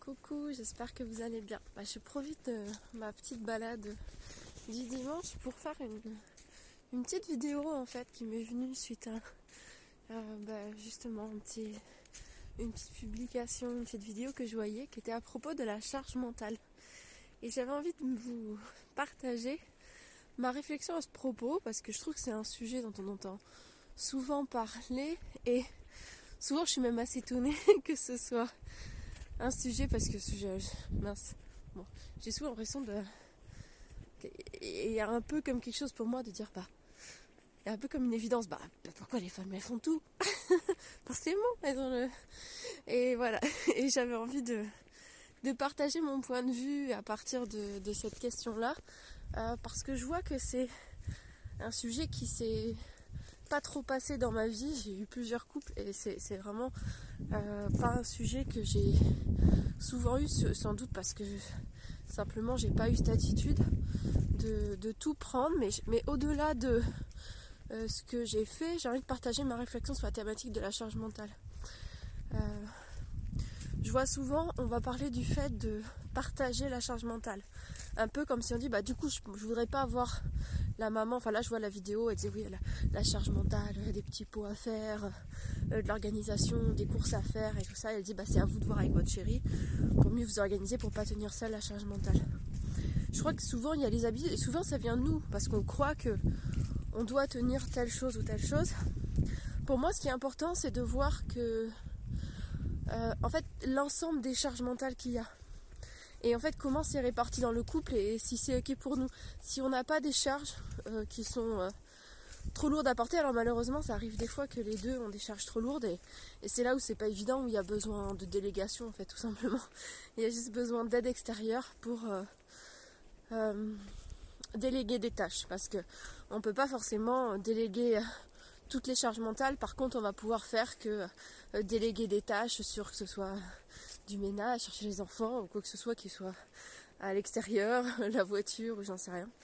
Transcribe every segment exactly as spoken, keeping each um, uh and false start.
Coucou, j'espère que vous allez bien. Bah, je profite de ma petite balade du dimanche pour faire une, une petite vidéo en fait qui m'est venue suite à euh, bah, justement un petit, une petite publication, une petite vidéo que je voyais qui était à propos de la charge mentale. Et j'avais envie de vous partager ma réflexion à ce propos parce que je trouve que c'est un sujet dont on entend souvent parler et souvent je suis même assez étonnée que ce soit un sujet parce que je, mince, bon, j'ai souvent l'impression de, il y a un peu comme quelque chose pour moi de dire bah, il y a un peu comme une évidence, bah pourquoi les femmes elles font tout, forcément elles ont le, et voilà, et j'avais envie de, de partager mon point de vue à partir de, de cette question-là, euh, parce que je vois que c'est un sujet qui s'est pas trop passé dans ma vie. J'ai eu plusieurs couples et c'est, c'est vraiment euh, pas un sujet que j'ai souvent eu, sans doute parce que je, simplement j'ai pas eu cette attitude de, de tout prendre, mais, mais au-delà de euh, ce que j'ai fait, j'ai envie de partager ma réflexion sur la thématique de la charge mentale. Euh, je vois souvent, on va parler du fait de partager la charge mentale, un peu comme si on dit bah du coup je, je voudrais pas avoir la maman, enfin là je vois la vidéo, elle disait oui la, la charge mentale, des petits pots à faire, euh, de l'organisation, des courses à faire et tout ça. Elle dit bah c'est à vous de voir avec votre chérie pour mieux vous organiser pour pas tenir seule la charge mentale. Je crois que souvent il y a les habitudes et souvent ça vient de nous parce qu'on croit que on doit tenir telle chose ou telle chose. Pour moi ce qui est important c'est de voir que euh, en fait l'ensemble des charges mentales qu'il y a. Et en fait, comment c'est réparti dans le couple et si c'est ok pour nous. Si on n'a pas des charges euh, qui sont euh, trop lourdes à porter, alors malheureusement, ça arrive des fois que les deux ont des charges trop lourdes et, et c'est là où c'est pas évident, où il y a besoin de délégation, en fait, tout simplement. Il y a juste besoin d'aide extérieure pour euh, euh, déléguer des tâches, parce que on peut pas forcément déléguer toutes les charges mentales. Par contre, on va pouvoir faire que euh, déléguer des tâches sur que ce soit du ménage, chercher les enfants ou quoi que ce soit qui soit à l'extérieur, la voiture ou j'en sais rien.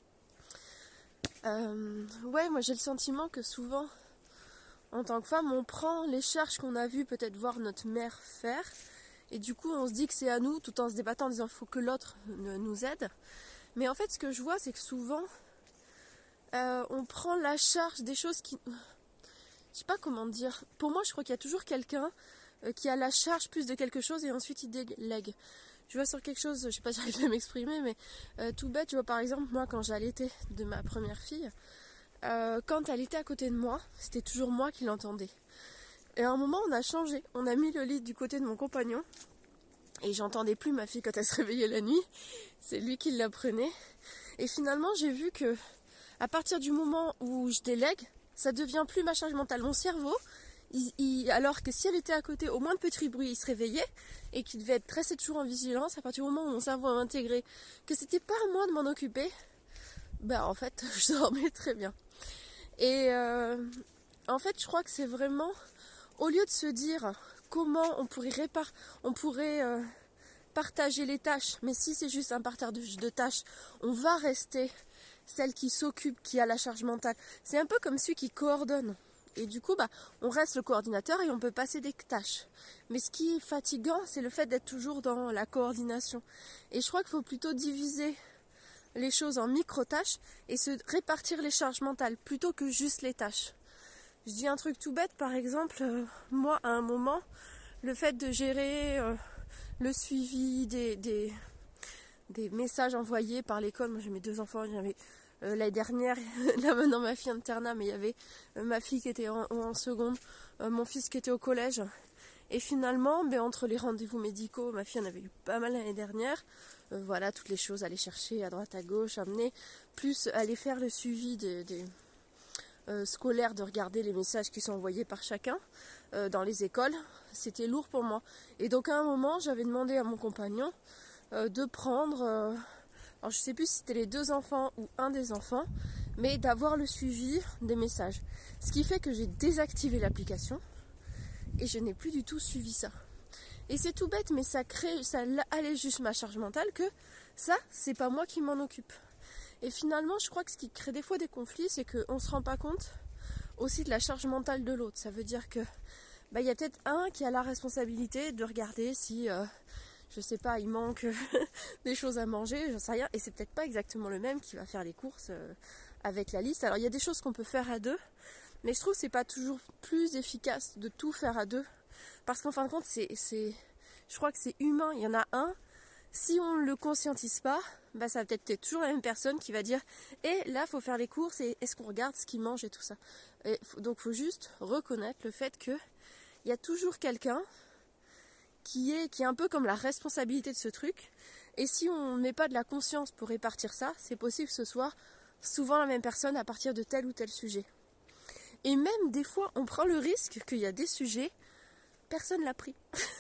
Euh, ouais, moi j'ai le sentiment que souvent, en tant que femme, on prend les charges qu'on a vu peut-être voir notre mère faire et du coup on se dit que c'est à nous tout en se débattant en disant qu'il faut que l'autre nous aide. Mais en fait ce que je vois c'est que souvent euh, on prend la charge des choses qui... Je sais pas comment dire. Pour moi je crois qu'il y a toujours quelqu'un qui a la charge plus de quelque chose et ensuite il délègue. Je vois sur quelque chose, je sais pas si j'arrive à m'exprimer, mais euh, tout bête, je vois par exemple moi quand j'allaitais de ma première fille, euh, quand elle était à côté de moi, c'était toujours moi qui l'entendais. Et à un moment on a changé, on a mis le lit du côté de mon compagnon et j'entendais plus ma fille quand elle se réveillait la nuit, c'est lui qui la prenait. Et finalement j'ai vu que à partir du moment où je délègue, ça devient plus ma charge mentale. Mon cerveau, Il, il, alors que si elle était à côté, au moins de petits bruits, il se réveillait et qu'il devait être resté toujours en vigilance. À partir du moment où mon cerveau a intégré que c'était pas à moi de m'en occuper, ben en fait je dormais très bien. Et euh, en fait je crois que c'est vraiment, au lieu de se dire comment on pourrait réparer, on pourrait euh, partager les tâches, mais si c'est juste un partage de, de tâches, on va rester celle qui s'occupe, qui a la charge mentale. C'est un peu comme celui qui coordonne. Et du coup, bah, on reste le coordinateur et on peut passer des tâches. Mais ce qui est fatigant, c'est le fait d'être toujours dans la coordination. Et je crois qu'il faut plutôt diviser les choses en micro-tâches et se répartir les charges mentales plutôt que juste les tâches. Je dis un truc tout bête, par exemple, euh, moi, à un moment, le fait de gérer euh, le suivi des, des, des messages envoyés par l'école, moi j'ai mes deux enfants, j'avais... Euh, l'année dernière, là maintenant ma fille internat, mais il y avait euh, ma fille qui était en, en seconde, euh, mon fils qui était au collège. Et finalement, ben, entre les rendez-vous médicaux, ma fille en avait eu pas mal l'année dernière. Euh, voilà, toutes les choses, aller chercher à droite, à gauche, amener, plus aller faire le suivi des, des euh, scolaires, de regarder les messages qui sont envoyés par chacun euh, dans les écoles. C'était lourd pour moi. Et donc à un moment, j'avais demandé à mon compagnon euh, de prendre... Euh, Alors je sais plus si c'était les deux enfants ou un des enfants, mais d'avoir le suivi des messages. Ce qui fait que j'ai désactivé l'application et je n'ai plus du tout suivi ça. Et c'est tout bête, mais ça crée, ça allège juste ma charge mentale que ça, c'est pas moi qui m'en occupe. Et finalement, je crois que ce qui crée des fois des conflits, c'est qu'on se rend pas compte aussi de la charge mentale de l'autre. Ça veut dire que bah, y a peut-être un qui a la responsabilité de regarder si... Euh, je sais pas, il manque des choses à manger, j'en sais rien, et c'est peut-être pas exactement le même qui va faire les courses euh, avec la liste. Alors il y a des choses qu'on peut faire à deux, mais je trouve que c'est pas toujours plus efficace de tout faire à deux, parce qu'en fin de compte, c'est, c'est, je crois que c'est humain, il y en a un, si on ne le conscientise pas, bah ça va peut-être être toujours la même personne qui va dire « Et là, il faut faire les courses, et est-ce qu'on regarde ce qu'il mange et tout ça ?» Et donc il faut juste reconnaître le fait qu'il y a toujours quelqu'un qui est, qui est un peu comme la responsabilité de ce truc. Et si on ne met pas de la conscience pour répartir ça, c'est possible que ce soit souvent la même personne à partir de tel ou tel sujet. Et même des fois, on prend le risque qu'il y a des sujets, personne l'a pris.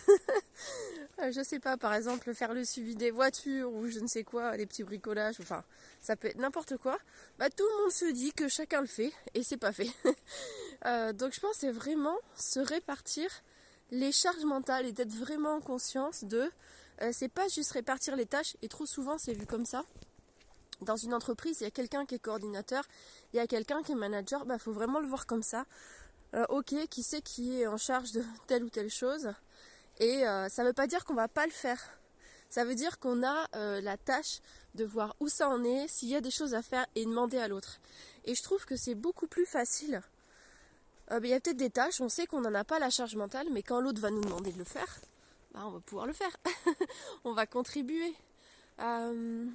Je sais pas, par exemple, faire le suivi des voitures ou je ne sais quoi, les petits bricolages, enfin, ça peut être n'importe quoi. Bah, tout le monde se dit que chacun le fait et c'est pas fait. euh, donc je pense que c'est vraiment se répartir les charges mentales et d'être vraiment en conscience de... Euh, c'est pas juste répartir les tâches, et trop souvent c'est vu comme ça. Dans une entreprise, il y a quelqu'un qui est coordinateur, il y a quelqu'un qui est manager, bah faut vraiment le voir comme ça. Euh, ok, qui c'est qui est en charge de telle ou telle chose, et euh, ça veut pas dire qu'on va pas le faire. Ça veut dire qu'on a euh, la tâche de voir où ça en est, s'il y a des choses à faire, et demander à l'autre. Et je trouve que c'est beaucoup plus facile. Euh, bah, y a peut-être des tâches, on sait qu'on n'en a pas la charge mentale, mais quand l'autre va nous demander de le faire, bah, on va pouvoir le faire. On va contribuer. Euh...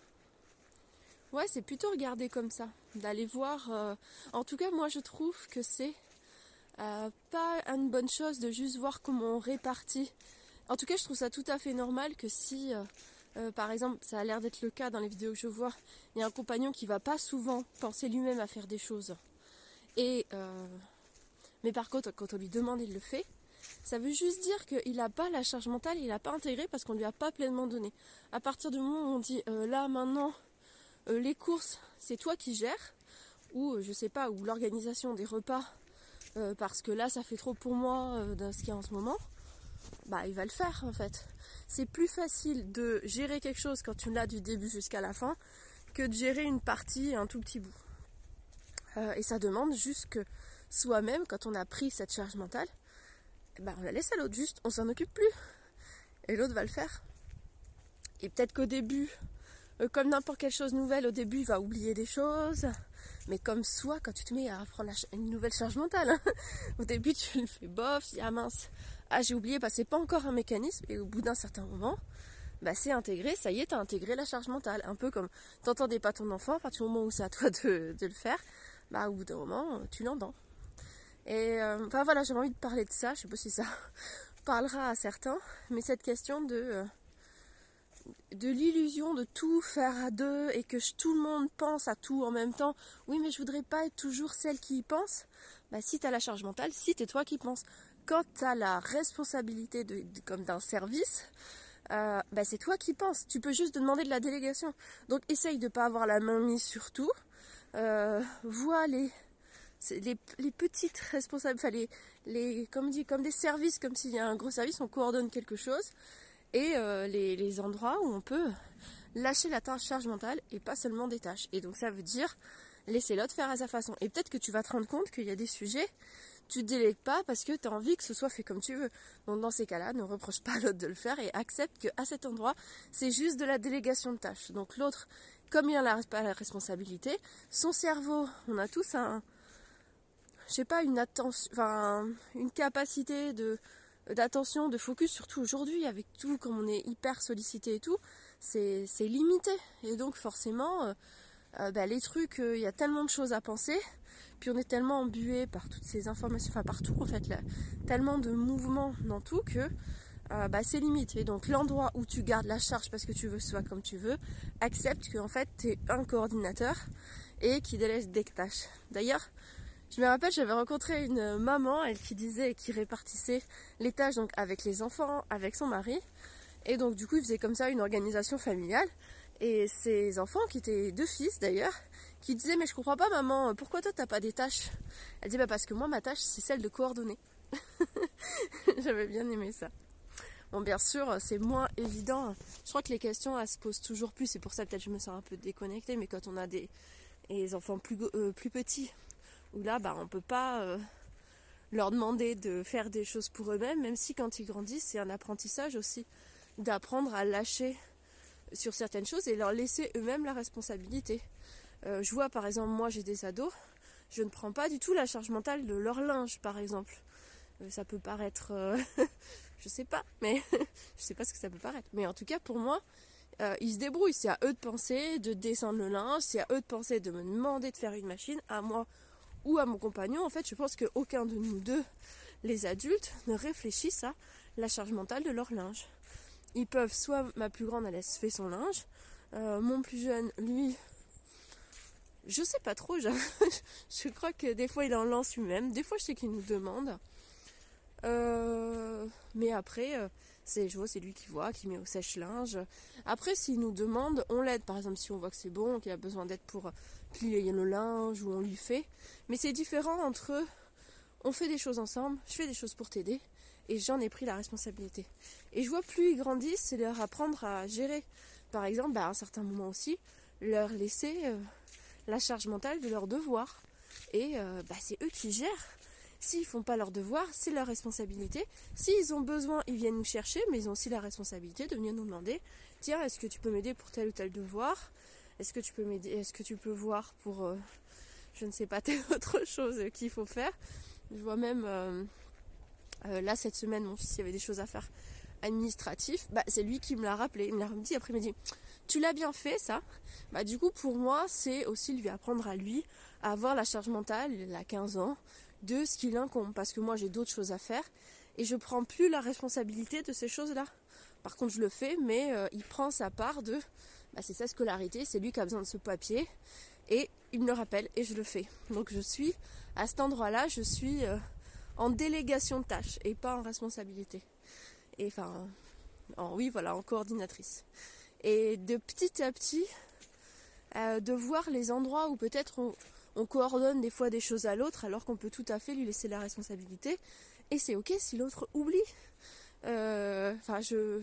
Ouais, c'est plutôt regarder comme ça, d'aller voir. Euh... En tout cas, moi, je trouve que c'est euh, pas une bonne chose de juste voir comment on répartit. En tout cas, je trouve ça tout à fait normal que si, euh, euh, par exemple, ça a l'air d'être le cas dans les vidéos que je vois, il y a un compagnon qui va pas souvent penser lui-même à faire des choses. Et... Euh... Mais par contre, quand on lui demande, il le fait. Ça veut juste dire qu'il n'a pas la charge mentale, il n'a pas intégré parce qu'on ne lui a pas pleinement donné. À partir du moment où on dit euh, là maintenant euh, les courses c'est toi qui gères, ou euh, je sais pas, ou l'organisation des repas euh, parce que là ça fait trop pour moi euh, dans ce qu'il y a en ce moment, bah il va le faire en fait. C'est plus facile de gérer quelque chose quand tu l'as du début jusqu'à la fin que de gérer une partie, un tout petit bout. Euh, et ça demande juste que soi-même, quand on a pris cette charge mentale, bah on la laisse à l'autre, juste on s'en occupe plus et l'autre va le faire. Et peut-être qu'au début, euh, comme n'importe quelle chose nouvelle, au début il va oublier des choses, mais comme soi, quand tu te mets à apprendre la, une nouvelle charge mentale, hein, au début tu le fais bof, tu dis ah mince, ah j'ai oublié, bah c'est pas encore un mécanisme, et au bout d'un certain moment, bah c'est intégré, ça y est, t'as intégré la charge mentale, un peu comme t'entendais pas ton enfant, à partir du moment où c'est à toi de, de le faire, bah au bout d'un moment tu l'entends. Et euh, enfin voilà, j'avais envie de parler de ça, je sais pas si ça parlera à certains, mais cette question de, euh, de l'illusion de tout faire à deux et que tout le monde pense à tout en même temps. Oui, mais je voudrais pas être toujours celle qui y pense. Bah si t'as la charge mentale, si t'es toi qui penses. Quand t'as la responsabilité de, de, comme d'un service, euh, bah c'est toi qui penses. Tu peux juste demander de la délégation. Donc essaye de pas avoir la main mise sur tout. Euh, vois les... Les, les petites responsables, enfin les, les, comme dit, comme des services, comme s'il y a un gros service, on coordonne quelque chose, et euh, les, les endroits où on peut lâcher la charge mentale et pas seulement des tâches. Et donc ça veut dire laisser l'autre faire à sa façon. Et peut-être que tu vas te rendre compte qu'il y a des sujets, tu ne délègues pas parce que tu as envie que ce soit fait comme tu veux. Donc dans ces cas-là, ne reproche pas à l'autre de le faire et accepte qu'à cet endroit, c'est juste de la délégation de tâches. Donc l'autre, comme il n'a pas la responsabilité, son cerveau, on a tous un... je sais pas, une attention, enfin, une capacité de, d'attention, de focus, surtout aujourd'hui, avec tout, comme on est hyper sollicité et tout, c'est, c'est limité. Et donc, forcément, euh, euh, bah, les trucs, il euh, y a tellement de choses à penser, puis on est tellement embué par toutes ces informations, enfin, partout, en fait, là, tellement de mouvements dans tout que euh, bah, c'est limité. Et donc, l'endroit où tu gardes la charge parce que tu veux que ce soit comme tu veux, accepte que, en fait, tu es un coordinateur et qui délègue des tâches. D'ailleurs, je me rappelle, j'avais rencontré une maman, elle qui disait, qui répartissait les tâches donc avec les enfants, avec son mari. Et donc du coup, il faisait comme ça une organisation familiale. Et ses enfants, qui étaient deux fils d'ailleurs, qui disaient mais je comprends pas maman, pourquoi toi t'as pas des tâches? Elle dit bah parce que moi ma tâche c'est celle de coordonner. J'avais bien aimé ça. Bon bien sûr c'est moins évident. Je crois que les questions elles se posent toujours plus. C'est pour ça peut-être je me sens un peu déconnectée. Mais quand on a des, des enfants plus, euh, plus petits, où là bah, on ne peut pas euh, leur demander de faire des choses pour eux-mêmes, même si quand ils grandissent c'est un apprentissage aussi. d'apprendre à lâcher sur certaines choses et leur laisser eux-mêmes la responsabilité. Euh, je vois par exemple, moi j'ai des ados, je ne prends pas du tout la charge mentale de leur linge par exemple. Euh, ça peut paraître, euh, je sais pas, mais je sais pas ce que ça peut paraître. Mais en tout cas pour moi, euh, ils se débrouillent. C'est à eux de penser de descendre le linge, c'est à eux de penser de me demander de faire une machine, à moi ou à mon compagnon. En fait, je pense qu'aucun de nous deux, les adultes, ne réfléchissent à la charge mentale de leur linge. Ils peuvent, soit ma plus grande, elle se fait son linge, euh, mon plus jeune, lui, je sais pas trop, je, je crois que des fois il en lance lui-même, des fois je sais qu'il nous demande, euh, mais après, euh, c'est, je vois, c'est lui qui voit, qui met au sèche-linge. Après, s'il nous demande, on l'aide, par exemple, si on voit que c'est bon, qu'il a besoin d'aide pour plier le linge, ou on lui fait, mais c'est différent entre, on fait des choses ensemble, je fais des choses pour t'aider, et j'en ai pris la responsabilité. Et je vois plus ils grandissent, c'est leur apprendre à gérer. Par exemple, bah, à un certain moment aussi, leur laisser euh, la charge mentale de leurs devoirs. Et euh, bah, c'est eux qui gèrent. S'ils font pas leurs devoirs, c'est leur responsabilité. S'ils ont besoin, ils viennent nous chercher, mais ils ont aussi la responsabilité de venir nous demander, tiens, est-ce que tu peux m'aider pour tel ou tel devoir ? Est-ce que tu peux m'aider ? Est-ce que tu peux voir pour, euh, je ne sais pas, telle autre chose qu'il faut faire ? Je vois même... Euh, Euh, là cette semaine mon fils il y avait des choses à faire administratives, bah, c'est lui qui me l'a rappelé, il me l'a dit, après il m'a dit tu l'as bien fait ça, bah, du coup pour moi c'est aussi lui apprendre à lui à avoir la charge mentale, il a quinze ans, de ce qu'il incombe, parce que moi j'ai d'autres choses à faire et je prends plus la responsabilité de ces choses là. Par contre je le fais, mais euh, il prend sa part de, bah, c'est sa scolarité, c'est lui qui a besoin de ce papier et il me le rappelle et je le fais. Donc je suis à cet endroit là, je suis euh, en délégation de tâches et pas en responsabilité. Et enfin, en, oui, voilà, en coordinatrice. Et de petit à petit, euh, de voir les endroits où peut-être on, on coordonne des fois des choses à l'autre, alors qu'on peut tout à fait lui laisser la responsabilité. Et c'est ok si l'autre oublie. Euh, enfin, je,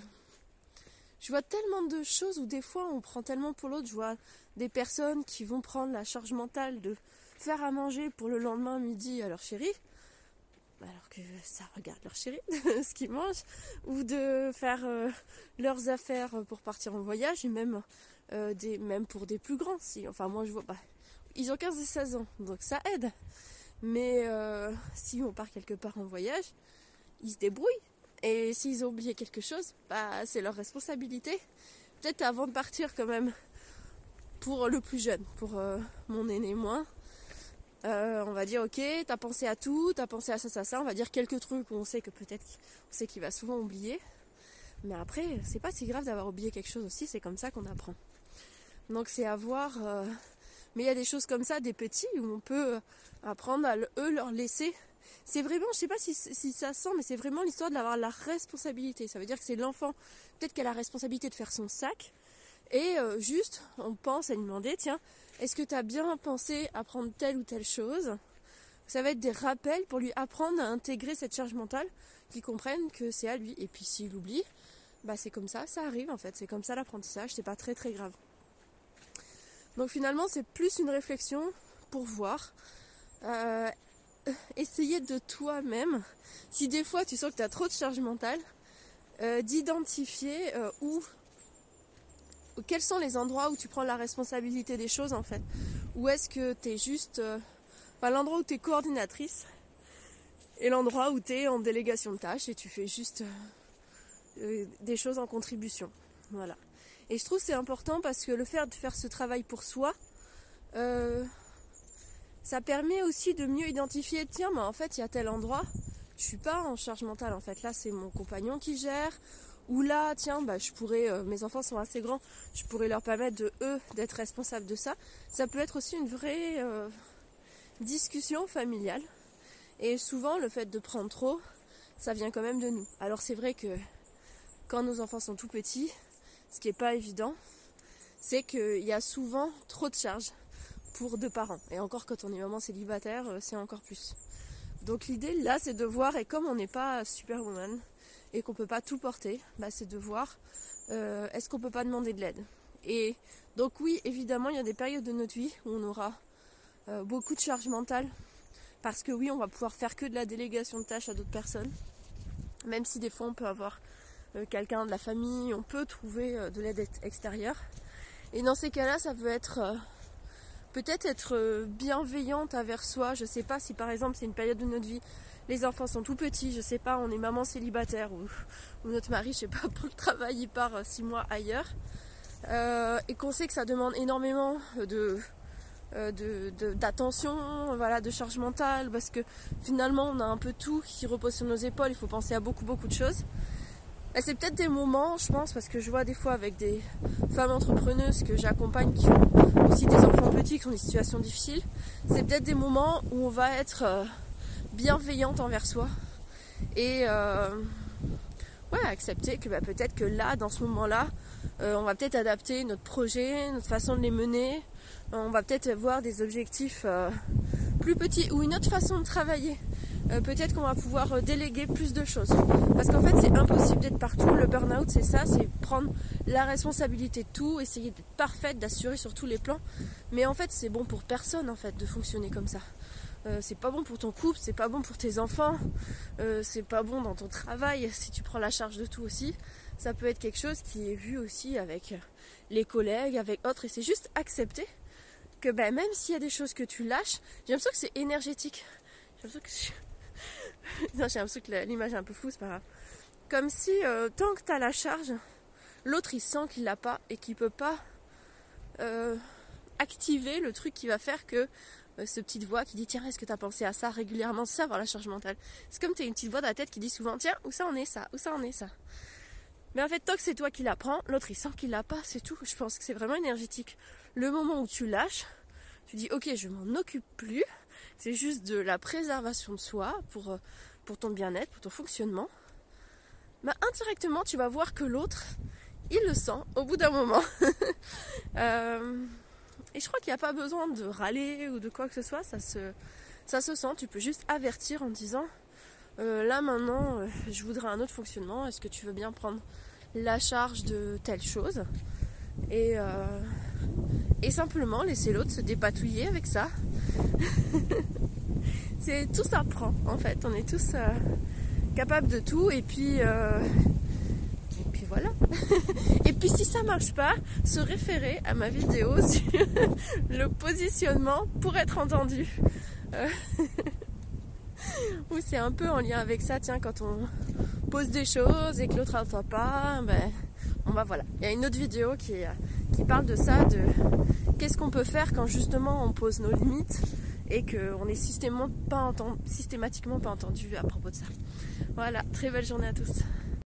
je vois tellement de choses où des fois on prend tellement pour l'autre. Je vois des personnes qui vont prendre la charge mentale de faire à manger pour le lendemain midi à leur chérie, alors que ça regarde leur chéri, ce qu'ils mangent, ou de faire euh, leurs affaires pour partir en voyage, et même, euh, des, même pour des plus grands. Si, enfin, moi je vois, bah, ils ont quinze et seize ans, donc ça aide. Mais euh, si on part quelque part en voyage, ils se débrouillent. Et s'ils ont oublié quelque chose, bah, c'est leur responsabilité. Peut-être avant de partir quand même, pour le plus jeune, pour euh, mon aîné moins. Euh, on va dire ok, t'as pensé à tout, t'as pensé à ça, ça, ça, on va dire quelques trucs où on sait que peut-être on sait qu'il va souvent oublier. Mais après, c'est pas si grave d'avoir oublié quelque chose aussi, c'est comme ça qu'on apprend. Donc c'est à voir, euh... mais il y a des choses comme ça, des petits, où on peut apprendre à eux leur laisser. C'est vraiment, je sais pas si, si ça sent, mais c'est vraiment l'histoire de l'avoir la responsabilité. Ça veut dire que c'est l'enfant, peut-être qu'elle a la responsabilité de faire son sac, et euh, juste, on pense à lui demander, tiens, est-ce que tu as bien pensé à prendre telle ou telle chose ? Ça va être des rappels pour lui apprendre à intégrer cette charge mentale, qu'il comprenne que c'est à lui. Et puis s'il oublie, bah c'est comme ça, ça arrive en fait. C'est comme ça l'apprentissage, c'est pas très très grave. Donc finalement, c'est plus une réflexion pour voir, euh, essayer de toi-même, si des fois tu sens que tu as trop de charge mentale, euh, d'identifier euh, où... quels sont les endroits où tu prends la responsabilité des choses en fait. Ou est-ce que tu es juste... Euh, enfin, l'endroit où tu es coordinatrice et l'endroit où tu es en délégation de tâches et tu fais juste euh, euh, des choses en contribution. Voilà. Et je trouve que c'est important parce que le fait de faire ce travail pour soi, euh, ça permet aussi de mieux identifier, tiens, mais en fait, il y a tel endroit, je suis pas en charge mentale en fait. Là, c'est mon compagnon qui gère. Ou là, tiens, bah, je pourrais, euh, mes enfants sont assez grands, je pourrais leur permettre de eux d'être responsables de ça. Ça peut être aussi une vraie euh, discussion familiale. Et souvent, le fait de prendre trop, ça vient quand même de nous. Alors c'est vrai que quand nos enfants sont tout petits, ce qui n'est pas évident, c'est qu'il y a souvent trop de charges pour deux parents. Et encore quand on est maman célibataire, c'est encore plus. Donc l'idée là, c'est de voir, et comme on n'est pas Superwoman, et qu'on peut pas tout porter, bah c'est de voir euh, est-ce qu'on peut pas demander de l'aide. Et donc oui, évidemment, il y a des périodes de notre vie où on aura euh, beaucoup de charge mentale, parce que oui, on va pouvoir faire que de la délégation de tâches à d'autres personnes, même si des fois on peut avoir euh, quelqu'un de la famille, on peut trouver euh, de l'aide extérieure. Et dans ces cas-là, ça peut être euh, peut-être être euh, bienveillante envers soi. Je sais pas si par exemple c'est une période de notre vie, les enfants sont tout petits, je sais pas, on est maman célibataire ou, ou notre mari, je sais pas, pour le travail, il part euh, six mois ailleurs. Euh, et qu'on sait que ça demande énormément de... De, de, d'attention, voilà, de charge mentale, parce que finalement on a un peu tout qui repose sur nos épaules, il faut penser à beaucoup beaucoup de choses. Et c'est peut-être des moments, je pense, parce que je vois des fois avec des femmes entrepreneuses que j'accompagne qui ont aussi des enfants petits, qui ont des situations difficiles, c'est peut-être des moments où on va être euh, bienveillante envers soi et euh, ouais, accepter que bah, peut-être que là, dans ce moment-là, euh, on va peut-être adapter notre projet, notre façon de les mener. On va peut-être voir des objectifs euh, plus petits ou une autre façon de travailler. Euh, peut-être qu'on va pouvoir déléguer plus de choses. Parce qu'en fait, c'est impossible d'être partout. Le burn-out, c'est ça, c'est prendre la responsabilité de tout, essayer d'être parfaite, d'assurer sur tous les plans. Mais en fait, c'est bon pour personne en fait de fonctionner comme ça. Euh, c'est pas bon pour ton couple, c'est pas bon pour tes enfants, euh, c'est pas bon dans ton travail si tu prends la charge de tout aussi. Ça peut être quelque chose qui est vu aussi avec les collègues, avec autres, et c'est juste accepter que ben, même s'il y a des choses que tu lâches, j'ai l'impression que c'est énergétique. J'ai l'impression que, non, j'ai l'impression que l'image est un peu floue, c'est pas grave. Comme si euh, tant que tu as la charge, l'autre il sent qu'il l'a pas et qu'il peut pas euh, activer le truc qui va faire que euh, ce petite voix qui dit tiens, est-ce que tu as pensé à ça régulièrement, ça avoir la charge mentale. C'est comme tu as une petite voix dans la tête qui dit souvent tiens, où ça en est ça, où ça en est ça. Mais en fait, tant que c'est toi qui la prends, l'autre il sent qu'il l'a pas, c'est tout. Je pense que c'est vraiment énergétique. Le moment où tu lâches, tu dis ok, je m'en occupe plus. C'est juste de la préservation de soi pour, pour ton bien-être, pour ton fonctionnement. Bah, indirectement, tu vas voir que l'autre, il le sent au bout d'un moment. euh, et je crois qu'il n'y a pas besoin de râler ou de quoi que ce soit. Ça se, ça se sent. Tu peux juste avertir en disant euh, là maintenant, euh, je voudrais un autre fonctionnement. Est-ce que tu veux bien prendre la charge de telle chose et, euh, et simplement laisser l'autre se dépatouiller avec ça. C'est tout ça prend en fait. On est tous euh, capables de tout et puis euh, et puis voilà. Et puis si ça marche pas, se référer à ma vidéo sur le positionnement pour être entendu. Euh, où c'est un peu en lien avec ça, tiens, quand on pose des choses et que l'autre n'entend pas, ben, bon bah voilà. Il y a une autre vidéo qui, qui parle de ça, de qu'est-ce qu'on peut faire quand justement on pose nos limites et qu'on est systématiquement pas entendu, systématiquement pas entendu à propos de ça. Voilà, très belle journée à tous.